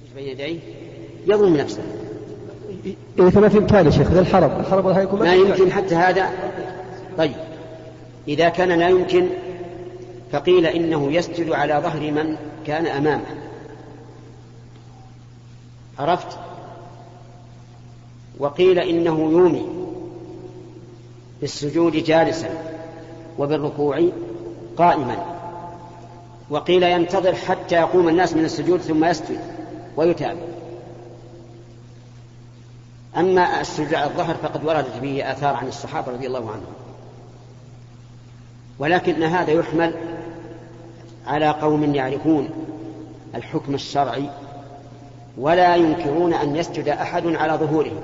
بين يديه يظلم نفسه. إذا كما في مثال يا شيخ الحرب ما يمكن حتى هذا. طيب إذا كان لا يمكن فقيل إنه يسجد على ظهر من كان أمامه. عرفت؟ وقيل إنه يومي بالسجود جالسا وبالركوع قائما. وقيل ينتظر حتى يقوم الناس من السجود ثم يسجد ويتابع. أما السجود على الظهر فقد وردت به آثار عن الصحابة رضي الله عنهم، ولكن هذا يحمل على قوم يعرفون الحكم الشرعي ولا ينكرون أن يسجد أحد على ظهوره.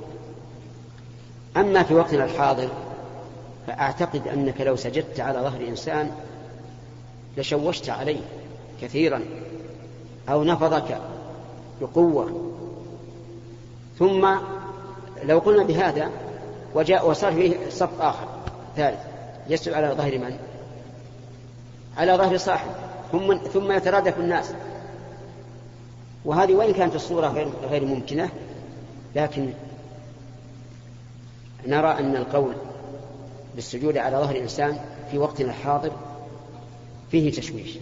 أما في وقتنا الحاضر فأعتقد أنك لو سجدت على ظهر إنسان لشوشت عليه كثيرا أو نفضك بقوة. ثم لو قلنا بهذا وصار فيه صف آخر ثالث يسجد على ظهر من؟ على ظهر صاحب، ثم يترادف الناس. وهذه وإن كانت الصورة غير ممكنة، لكن نرى أن القول بالسجود على ظهر الإنسان في وقتنا الحاضر فيه تشويش.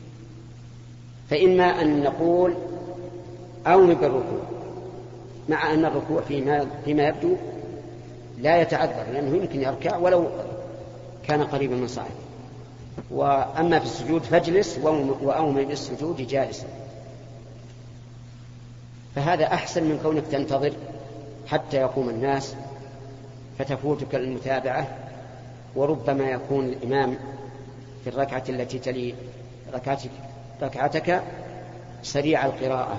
فإما أن نقول أوم بالركوع، مع أن الركوع فيما يبدو لا يتعذر لأنه يمكن يركع ولو كان قريبا من صاحبه. وأما في السجود فاجلس وأوم بالسجود جالسا. فهذا أحسن من كونك تنتظر حتى يقوم الناس فتفوتك المتابعة، وربما يكون الإمام في الركعة التي تلي ركعتك سريع القراءة،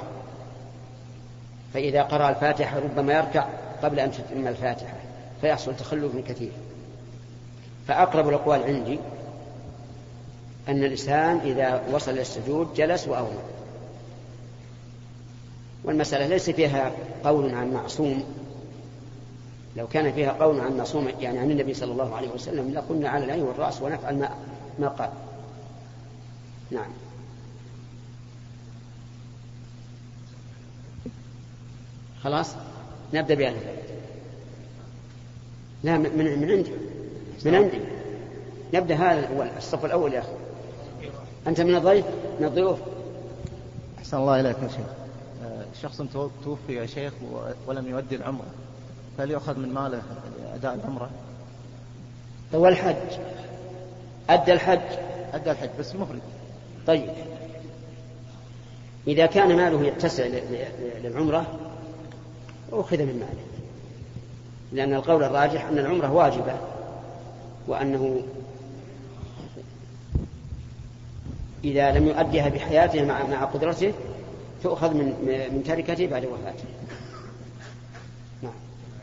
فإذا قرأ الفاتحة ربما يركع قبل أن تتم الفاتحة فيحصل تخلف كثير. فأقرب الأقوال عندي أن الإنسان إذا وصل للسجود جلس وأومى. والمسألة ليس فيها قول عن معصوم. لو كان فيها قول عن معصوم يعني عن النبي صلى الله عليه وسلم لقلنا على العين والرأس ونفعل ما قال. نعم. خلاص نبدأ بها. لا من عندي نبدأ هذا الصف الأول. يا أخي أنت من الضيف من الضيوف. أحسن الله إليك يا شيخ. شخص توفي يا شيخ ولم يؤدي العمرة، فهل يأخذ من ماله أداء العمرة؟ هو الحج أدى الحج بس مفرد. طيب إذا كان ماله يتسع للعمرة أخذ من ماله، لأن القول الراجح أن العمرة واجبة، وأنه إذا لم يؤديها بحياته مع قدرته تؤخذ من تركته بعد وفاته. نعم.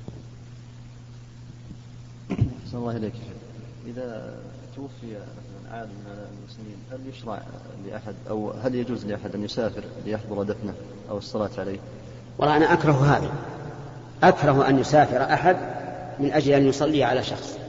أحسن الله إليك. إذا توفي عالم من المسلمين هل يشرع لأحد أو هل يجوز لأحد أن يسافر ليحضر دفنه أو الصلاة عليه؟ والله أنا أكره أن يسافر أحد من أجل أن يصلي على شخص،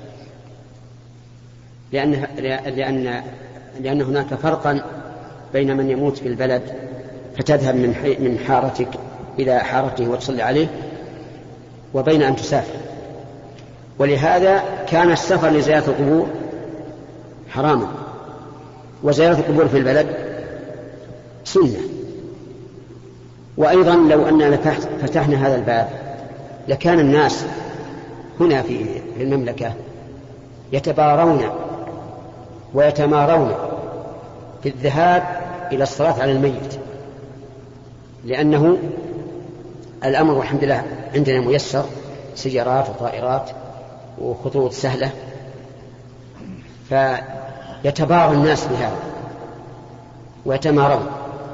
لأن هناك فرقا بين من يموت في البلد فتذهب من حارتك إلى حارته وتصلي عليه، وبين أن تسافر. ولهذا كان السفر لزيارة القبور حراما، وزيارة القبور في البلد سنة. وأيضا لو أننا فتحنا هذا الباب لكان الناس هنا في المملكة يتبارون ويتمارون في الذهاب إلى الصلاة على الميت، لأنه الأمر والحمد لله عندنا ميسر، سيارات وطائرات وخطوط سهلة، فيتبارى الناس بهذا ويتمارون،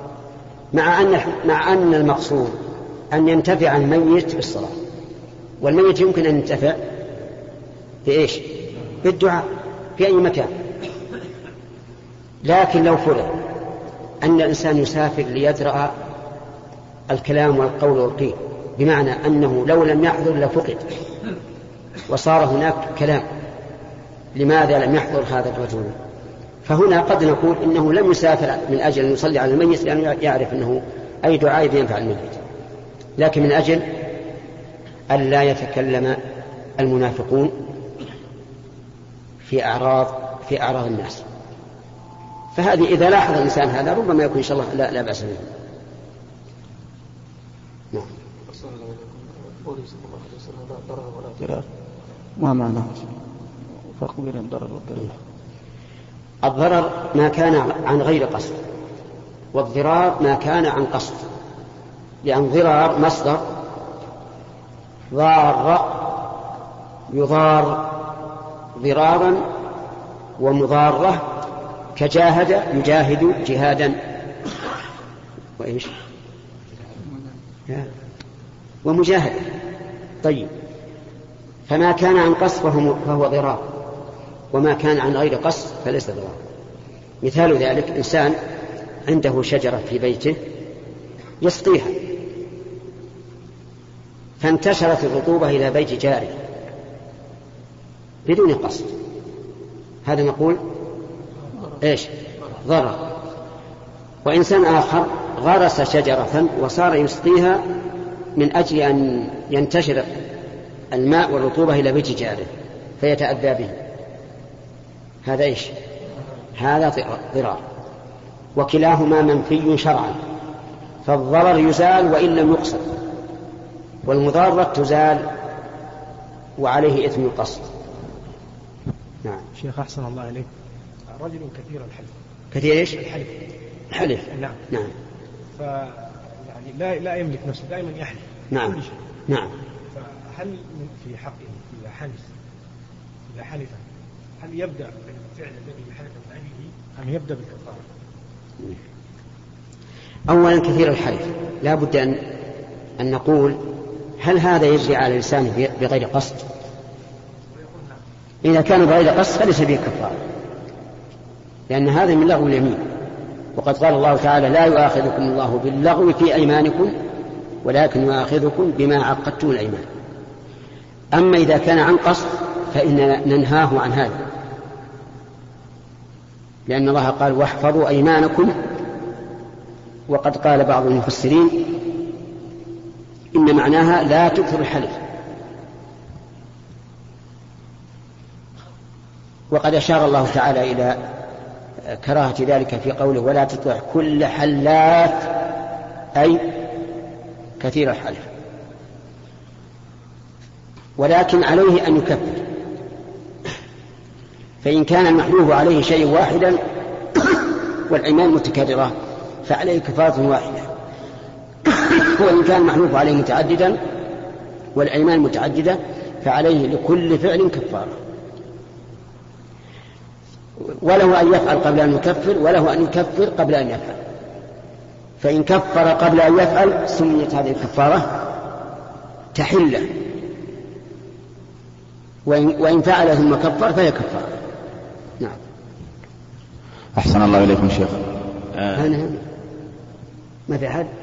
مع أن المقصود أن ينتفع الميت بالصلاة، والميت يمكن أن ينتفع بإيش؟ بالدعاء في أي مكان. لكن لو فرض أن الإنسان يسافر ليدرأ الكلام والقول والقيل، بمعنى أنه لو لم يحضر لفقد وصار هناك كلام، لماذا لم يحضر هذا الرجل؟ فهنا قد نقول إنه لم يسافر من أجل أن يصلي على الميت، لأنه يعرف أنه أي دعاء ينفع الميت، لكن من أجل ألا يتكلم المنافقون في أعراض الناس. فهذه إذا لاحظ الإنسان هذا ربما يكون إن شاء الله لا بأس به. نعم. ما معنى فرق بين الضرر والضرر؟ الضرر ما كان عن غير قصد، والضرار ما كان عن قصد، لأن ضرار مصدر ضار يضار ضرارا، ومضارة كجاهد يجاهد جهادا، وإيش ومجاهد. طيب، فما كان عن قصد فهو ضرار، وما كان عن غير قصد فليس ضرار. مثال ذلك إنسان عنده شجرة في بيته يسقيها، فانتشرت الرطوبة إلى بيت جاره بدون قصد، هذا نقول إيش؟ ضرر. وإنسان آخر غرس شجرة وصار يسقيها من أجل أن ينتشر الماء والرطوبة إلى بيت جاره فيتأذى به، هذا إيش؟ هذا ضرار. وكلاهما منفي شرعا، فالضرر يزال وإن لم يقصد، والمضارة تزال وعليه إثم القصد. نعم. شيخ أحسن الله عليك، رجل كثير الحلف. كثير إيش؟ الحلف. نعم. يعني لا يملك نفسه، دائما يحلف. نعم. نعم. فهل في حقه إذا حلف هل يبدأ بالفعل الذي حلف من أجله أم يبدأ بالكفارة؟ أولا كثير الحلف لا بد أن نقول هل هذا يجري على لسانه بغير قصد؟ إذا كان بغير قصد فليس به كفارة، لأن هذا من لغو اليمين، وقد قال الله تعالى لا يؤاخذكم الله باللغو في أيمانكم ولكن يؤاخذكم بما عقدتم الأيمان. أما إذا كان عن قصد فإننا ننهاه عن هذا، لأن الله قال واحفظوا أيمانكم، وقد قال بعض المفسرين إن معناها لا تكثر الحلف. وقد أشار الله تعالى إلى كراهة ذلك في قوله ولا تطع كل حلاف، أي كثير الحلف. ولكن عليه أن يكفر، فإن كان المحلوف عليه شيء واحدا والأيمان متكررة فعليه كفارة واحدة، وإن كان المحلوف عليه متعددا والأيمان متعددة فعليه لكل فعل كفارة. وله أن يفعل قبل أن يكفر، وله أن يكفر قبل أن يفعل. فإن كفر قبل أن يفعل سميت هذه الكفارة تحلة، وإن فعل ثم كفر فهي كفارة. نعم. أحسن الله إليكم شيخ. ما في حد؟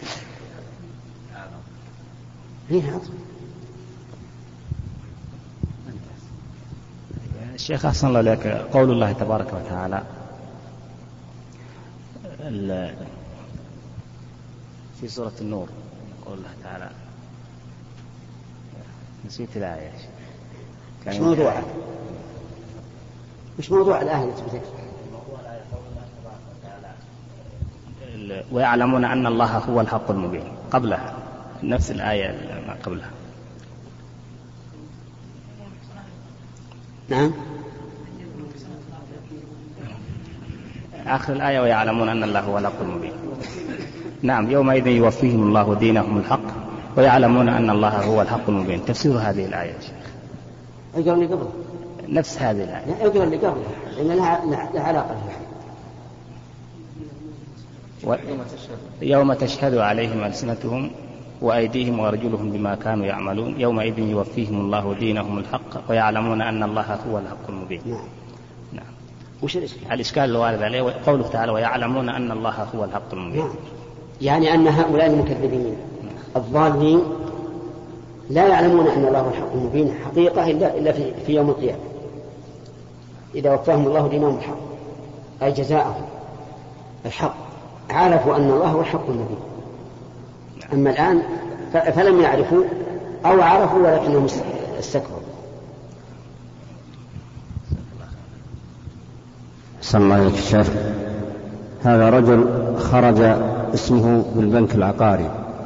الشيخ أحسن الله إليك، قول الله تبارك وتعالى في سورة النور، قول الله تعالى، نسيت الآية. مش موضوع الآية ويعلمون أن الله هو الحق المبين، قبلها نفس الآية ما قبلها. نعم. آخر الآية ويعلمون أن الله هو الحق المبين. نعم، يومئذ يوفيهم الله دينهم الحق ويعلمون أن الله هو الحق المبين. تفسير هذه الآية أقرأ اللي قبلها نفس هذه الآية. أقرأ اللي قبلها لأن لها علاقة يوم تشهد عليهم ألسنتهم وأيديهم وأرجلهم بما كانوا يعملون يومئذ يوفيهم الله دينهم الحق ويعلمون أن الله هو الحق المبين. نعم. وش الإشكال الوارد عليه قوله تعالى ويعلمون أن الله هو الحق المبين. نعم. يعني أن هؤلاء المكذبين الظالمين لا يعلمون أن الله هو الحق المبين حقيقة إلا في يوم القيامة، إذا وفاهم الله دينهم الحق أي جزاءهم الحق، عرفوا أن الله هو الحق المبين. أما الآن فلم يعرفوا أو عرفوا ولكنهم استكبروا. صلى الله عليه الشيخ. هذا رجل خرج اسمه بالبنك العقاري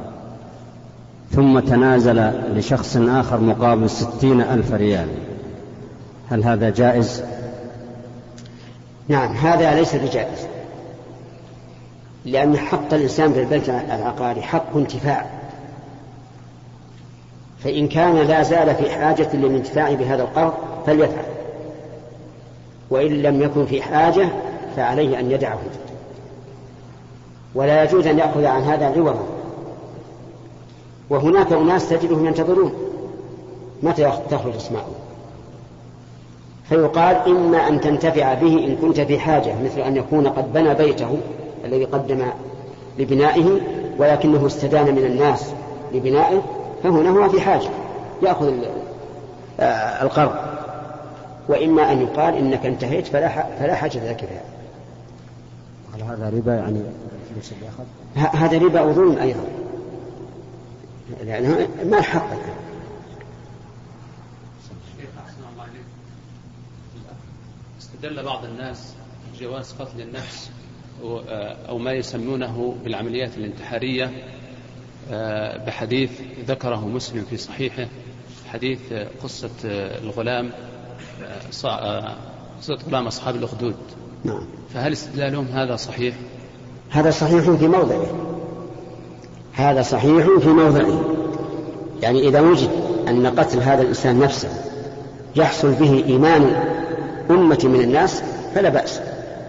ثم تنازل لشخص آخر مقابل 60,000 ريال، هل هذا جائز؟ نعم، هذا ليس بجائز، لأن حق الإنسان بالبنك العقاري حق انتفاع، فإن كان لا زال في حاجة للانتفاع بهذا القرض فليفعل، وإن لم يكن في حاجة فعليه أن يدعه، ولا يجوز أن يأخذ عن هذا عوضا. وهناك أناس تجدهم ينتظرون متى تخرج اسماءه، فيقال إما أن تنتفع به إن كنت في حاجة، مثل أن يكون قد بنى بيته الذي قدم لبنائه ولكنه استدان من الناس لبنائه، فهنا هو في حاجة يأخذ القرض. وإما أن يقال إنك انتهيت فلا حاجة لك بها. هذا ربا يعني هذا ربا وظلم أيضا، لأنه ما حقك. استدل بعض الناس بجواز قتل النفس أو ما يسمونه بالعمليات الانتحارية بحديث ذكره مسلم في صحيحه، حديث قصة الغلام، قصة غلام أصحاب الأخدود. نعم. فهل استدلالهم هذا صحيح؟ هذا صحيح في موضعه، هذا صحيح في موضعه. يعني إذا وجد أن قتل هذا الإنسان نفسه يحصل به إيمان أمة من الناس فلا بأس،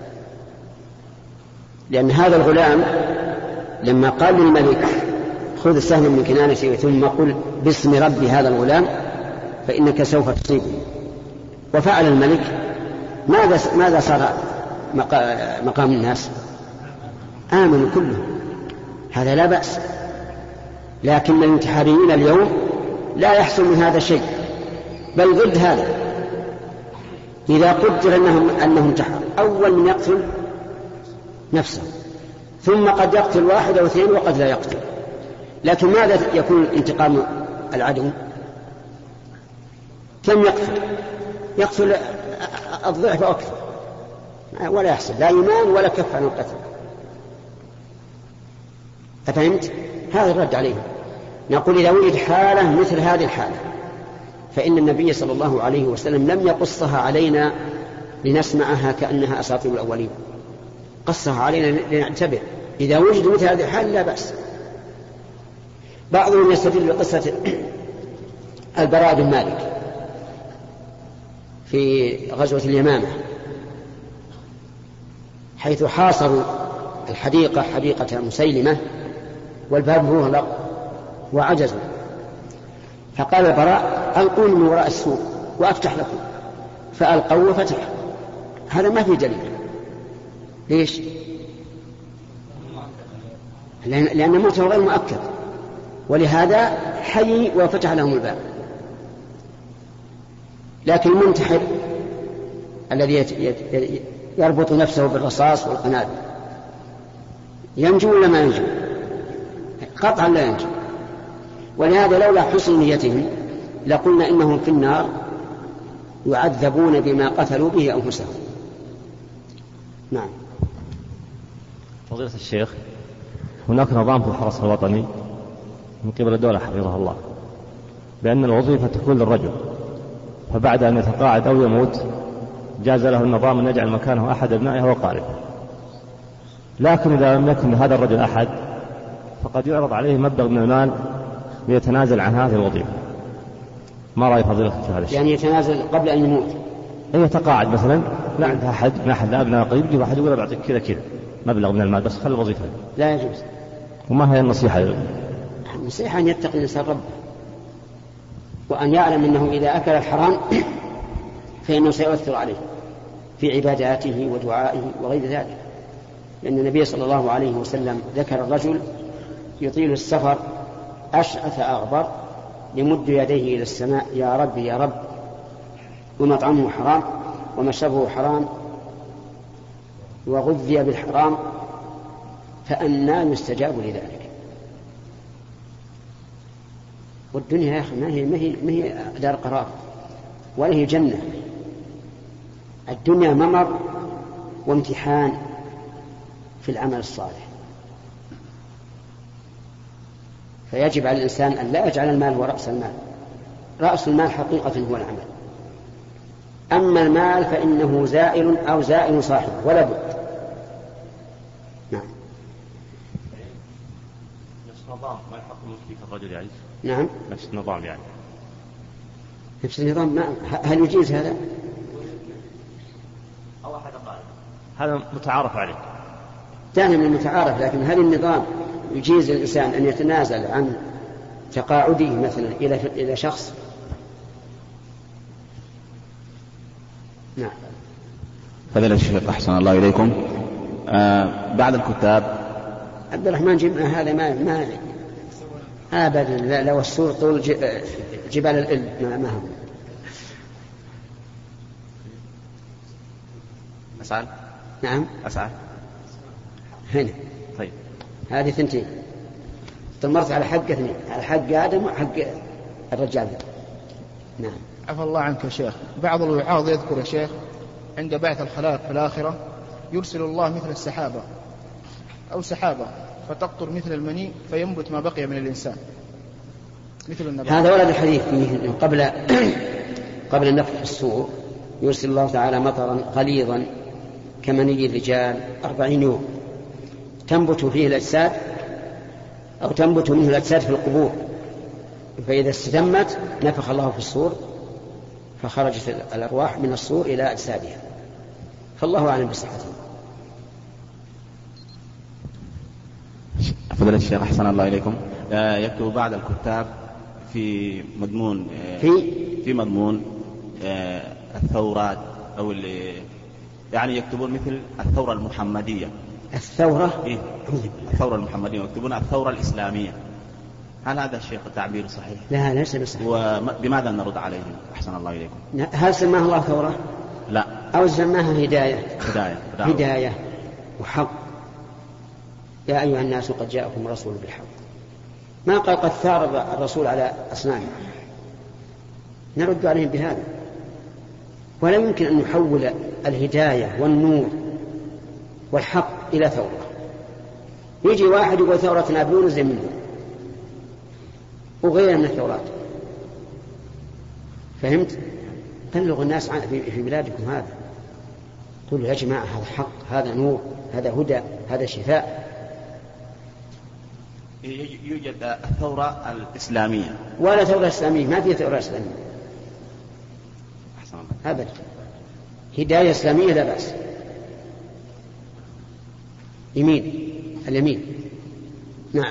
لأن هذا الغلام لما قال للملك خذ سهما من كنانتي ثم قل باسم رب هذا الغلام فإنك سوف تصيبه، وفعل الملك، ماذا صار مقام الناس؟ آمنوا كلهم، هذا لا بأس. لكن الانتحاريين اليوم لا يحصل من هذا شيء، بل ضد هذا. إذا قدر أنه انتحر، أول من يقتل نفسه، ثم قد يقتل 1 أو 2 وقد لا يقتل. لكن ماذا يكون انتقام العدو؟ كم يقتل الضعف أو أكثر، ولا يحصل لا إيمان ولا كف عن القتل. أفهمت؟ هذا الرد عليه. نقول إذا وجد حالة مثل هذه الحالة فإن النبي صلى الله عليه وسلم لم يقصها علينا لنسمعها كأنها أساطير الأولين، قصها علينا لنعتبر. إذا وجد مثل هذه الحالة لا بأس. بعضهم يستدل بقصة البراء بن مالك في غزوة اليمامة، حيث حاصروا الحديقة، حديقة مسيلمة، والباب مغلق وعجزوا، فقال البراء ألقوني من وراء السور وأفتح لكم، فألقوا وفتح. هذا ما في دليل. ليش؟ لأن موته غير مؤكد، ولهذا حي وفتح لهم الباب. لكن المنتحر الذي يربط نفسه بالرصاص والقنابل ينجو ولا ما ينجو؟ قطعا لا ينجو. ولهذا لولا حسن نيتهم لقلنا إنهم في النار يعذبون بما قتلوا به أنفسهم. نعم. فضيلة الشيخ، هناك نظام في الحرس الوطني من قبل الدولة حفظها الله بأن الوظيفة تكون للرجل، فبعد أن يتقاعد أو يموت جاز له النظام أن يجعل مكانه أحد أبنائه وقاربه. لكن إذا لم يكن هذا الرجل أحد فقد يعرض عليه مبلغ من المال ليتنازل عن هذه الوظيفة. ما رأي فضيلة في هذا الشيء؟ يعني يتنازل قبل أن يموت؟ أي يتقاعد مثلا، لا عنده أحد من أحد أبناء قريب، يجي واحد يقول بعطيك كذا مبلغ من المال بس خلي الوظيفة. لا يجوز. وما هي النصيحة؟ النصيحة أن يتقي الإنسان ربه، وأن يعلم أنه إذا أكل الحرام فإنه سيؤثر عليه في عباداته ودعائه وغير ذلك. لأن النبي صلى الله عليه وسلم ذكر الرجل يطيل السفر أشعث أغبر يمد يديه إلى السماء يا رب يا رب، ومطعمه حرام ومشربه حرام وغذي بالحرام، فأنى يستجاب لذلك. والدنيا يا أخي ما هي دار قرار ولا هي جنة. الدنيا ممر وامتحان في العمل الصالح، فيجب على الإنسان أن لا يجعل المال هو رأس المال. رأس المال حقيقة هو العمل، أما المال فإنه زائل أو زائل صاحبه ولا بد. نعم. نفس النظام ما يحق المفتي كالرجل يعيش. نعم. نفس النظام يعني. نفس النظام ما هل يجيز هذا؟ أو أحد قال هذا متعارف عليه. ثاني من المتعارف، لكن هل النظام يجيز الإنسان أن يتنازل عن تقاعده مثلا إلى شخص؟ نعم. فضيلة الشيخ أحسن الله إليكم، بعض الكتاب عبد الرحمن هذا ما أبدا لو السور طول جبال الإل ما هو. أسعد. نعم. أسعد. هنا. طيب. هذه ثنتين. استمرت على حق اثنين، على حق آدم وحق الرجال. نعم. عفى الله عنك يا شيخ. بعض الوعاظ يذكر يا شيخ عند بعث الخلائق في الآخرة يرسل الله مثل السحابة أو سحابة فتقطر مثل المني فينبت ما بقي من الإنسان مثل النبات. هذا ورد الحديث فيه قبل النفخ الصور يرسل الله تعالى مطرا غليظا كمني الرجال 40 يوم تنبت فيه الأجساد أو تنبت منه الأجساد في القبور، فإذا استتمت نفخ الله في الصور فخرجت الأرواح من الصور إلى أجسادها، فالله أعلم بصحته. فضيلة الشيخ أحسن الله إليكم، يكتب بعض الكتاب في مضمون الثورات أو اللي يعني يكتبون مثل الثورة المحمدية. الثورة؟ إيه؟ الثورة المحمدية، ويكتبون الثورة الإسلامية. هل هذا الشيء تعبير صحيح؟ لا ليس بصحيح. وبماذا نرد عليهم أحسن الله إليكم؟ هل سماها الله ثورة؟ لا. أو سماها هداية وحق. يا أيها الناس قد جاءكم الرسول بالحق. ما قال قد ثار الرسول على أصنامه، نرد عليهم بهذا. ولا يمكن أن نحول الهداية والنور والحق إلى ثورة. يجي واحد يقول ثورة نابليون زي منه وغيرها من الثورات. فهمت؟ بلغوا الناس في بلادكم هذا، قولوا يا جماعة هذا حق، هذا نور، هذا هدى، هذا شفاء. يوجد الثورة الإسلامية ولا ثورة إسلامية، ما في ثورة إسلامية أبدا. هداية إسلامية لا بأس. اليمين. نعم.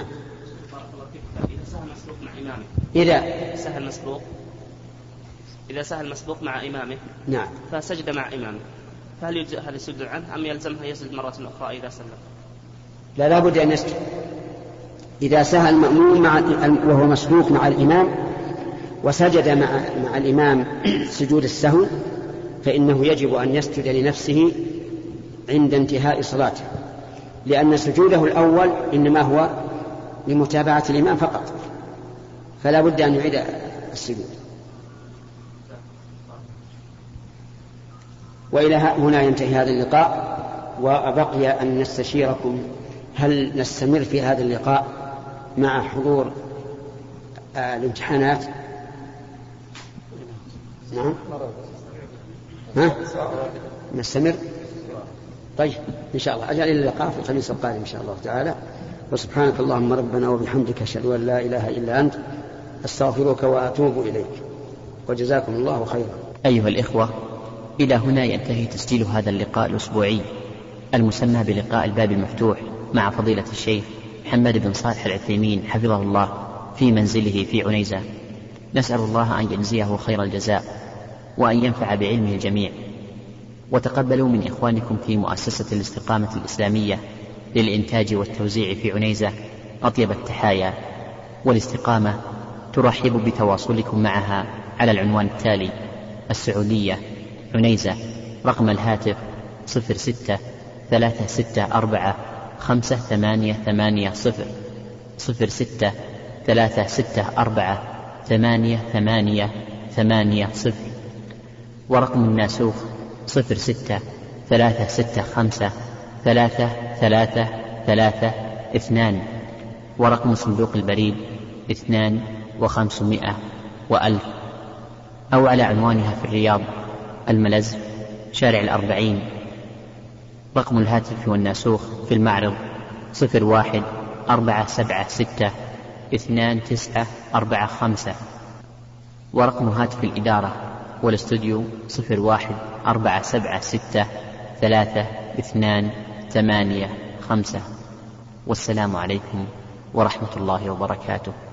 إذا سهل مسبوق مع إمامه. نعم. فسجد مع إمامه، فهل يسجد عنه أم يلزمها يسجد مرة أخرى إذا سلم؟ لا بد أن يسجد. إذا سهل المأموم وهو مسبوق مع الإمام وسجد مع الإمام سجود السهو فإنه يجب أن يسجد لنفسه عند انتهاء صلاته، لأن سجوده الأول إنما هو لمتابعة الإمام فقط، فلا بد أن يعيد السجود. وإلى هنا ينتهي هذا اللقاء، وبقي أن نستشيركم هل نستمر في هذا اللقاء مع حضور الامتحانات؟ نعم. نستمر. طيب إن شاء الله أجعل اللقاء في الخميس القادم إن شاء الله تعالى. وسبحانك اللهم ربنا وبحمدك أشهد أن لا إله إلا أنت أستغفرك وأتوب إليك، وجزاكم الله خيرا. أيها الإخوة، إلى هنا ينتهي تسجيل هذا اللقاء الأسبوعي المسمى بلقاء الباب المفتوح مع فضيلة الشيخ محمد بن صالح العثيمين حفظه الله في منزله في عنيزة. نسأل الله أن يجزيه خير الجزاء وأن ينفع بعلمه الجميع. وتقبلوا من إخوانكم في مؤسسة الاستقامة الإسلامية للإنتاج والتوزيع في عنيزة أطيب التحايا. والاستقامة ترحب بتواصلكم معها على العنوان التالي: السعودية، عنيزة، رقم الهاتف 06-364-5880 06-364 8880. ورقم الناسوخ 06-365-3332. ورقم صندوق البريد 2500 و1000، أو على عنوانها في الرياض الملز شارع 40. رقم الهاتف والناسوخ في المعرض 01-476-2945. ورقم هاتف الإدارة والاستوديو 01-476-3285. والسلام عليكم ورحمة الله وبركاته.